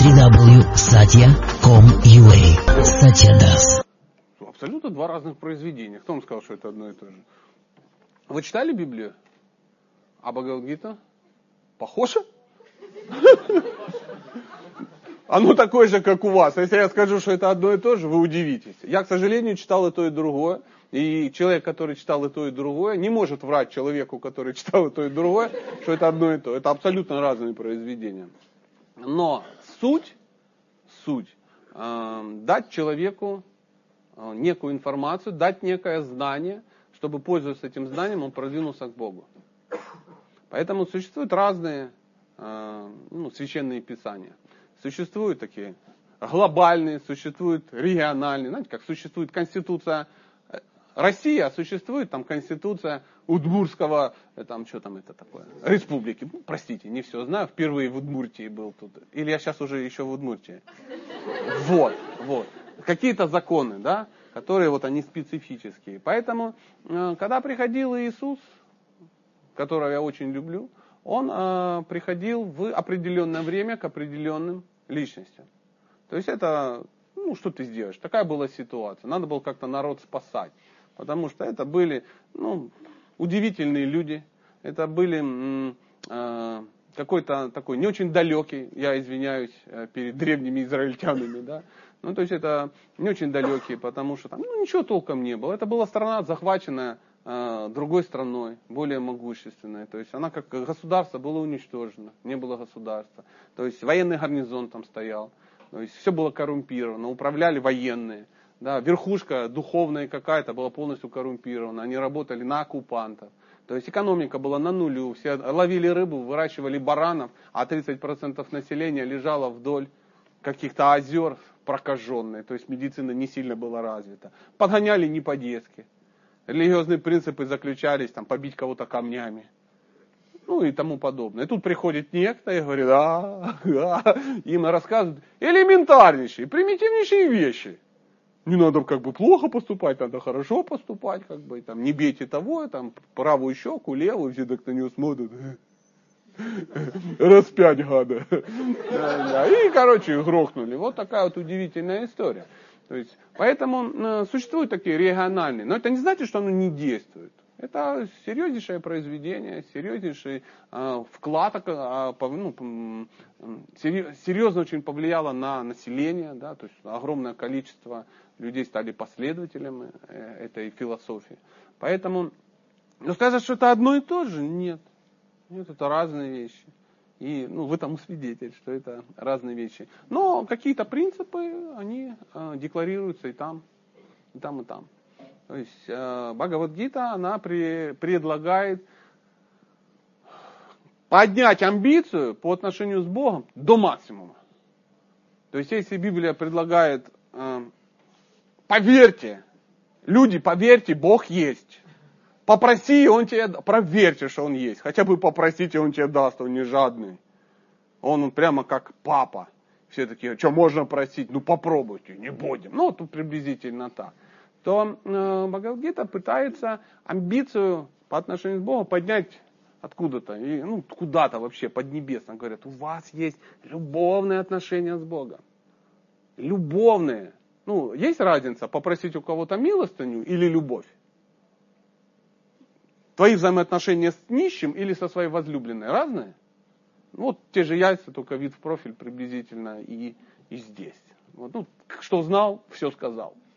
www.satya.com.ua Satya Das. Абсолютно два разных произведения. Кто вам сказал, что это одно и то же? Вы читали Библию? А Бхагавад-гита? Похоже? Оно такое же, как у вас. Если я скажу, что это одно и то же, вы удивитесь. Я, к сожалению, читал и то, и другое. И человек, который читал и то, и другое, не может врать человеку, который читал и то, и другое, что это одно и то. Это абсолютно разные произведения. Но суть, дать человеку некую информацию, дать некое знание, чтобы, пользуясь этим знанием, он продвинулся к Богу. Поэтому существуют разные священные писания. Существуют такие глобальные, существуют региональные. Знаете, как существует Конституция России, а существует там Конституция Удмуртского, там что там это такое, республики. Простите, не все знаю, впервые в Удмуртии был тут. Или я сейчас уже еще в Удмуртии. Вот. Какие-то законы, да, которые вот они специфические. Поэтому, когда приходил Иисус, которого я очень люблю, он приходил в определенное время к определенным личностям. То есть это, что ты сделаешь? Такая была ситуация. Надо было как-то народ спасать. Потому что это были, удивительные люди. Это были какой-то такой не очень далекий, я извиняюсь перед древними израильтянами, да. То есть это не очень далекие, потому что там ничего толком не было. Это была страна, захваченная другой страной, более могущественной. То есть она как государство была уничтожена, не было государства. То есть военный гарнизон там стоял. То есть все было коррумпировано, управляли военные. Да, верхушка духовная какая-то была полностью коррумпирована. Они работали на оккупантов. То есть экономика была на нулю. Все ловили рыбу, выращивали баранов, а 30% населения лежало вдоль каких-то озер прокаженные. То есть медицина не сильно была развита. Подгоняли не по-детски. Религиозные принципы заключались, побить кого-то камнями. И тому подобное. И тут приходит некто и говорит, им рассказывают элементарнейшие, примитивнейшие вещи. Не надо плохо поступать, надо хорошо поступать, не бейте того, правую щеку, левую, все так на него смотрят. Распять гада. И, грохнули. Вот такая вот удивительная история. То есть, поэтому существуют такие региональные. Но это не значит, что оно не действует. Это серьезнейшее произведение, серьезнейший вклад, серьезно очень повлияло на население. Да, то есть огромное количество людей стали последователями этой философии. Поэтому сказать, что это одно и то же, нет. Нет, это разные вещи. И вы тому свидетель, что это разные вещи. Но какие-то принципы, они декларируются и там, и там, и там. То есть Бхагавад-гита, она предлагает поднять амбицию по отношению с Богом до максимума. То есть если Библия предлагает, поверьте, люди, поверьте, Бог есть. Попроси, он тебе, проверьте, что он есть. Хотя бы попросите, он тебе даст, он не жадный. Он прямо как папа. Все такие, что можно просить? Попробуйте, не будем. Тут приблизительно так. То Бхагавад-гита пытается амбицию по отношению к Богу поднять откуда-то. И, куда-то вообще, поднебесно. Говорят, у вас есть любовные отношения с Богом. Любовные. Есть разница попросить у кого-то милостыню или любовь? Твои взаимоотношения с нищим или со своей возлюбленной разные? Те же яйца, только вид в профиль приблизительно и здесь. Что знал, все сказал.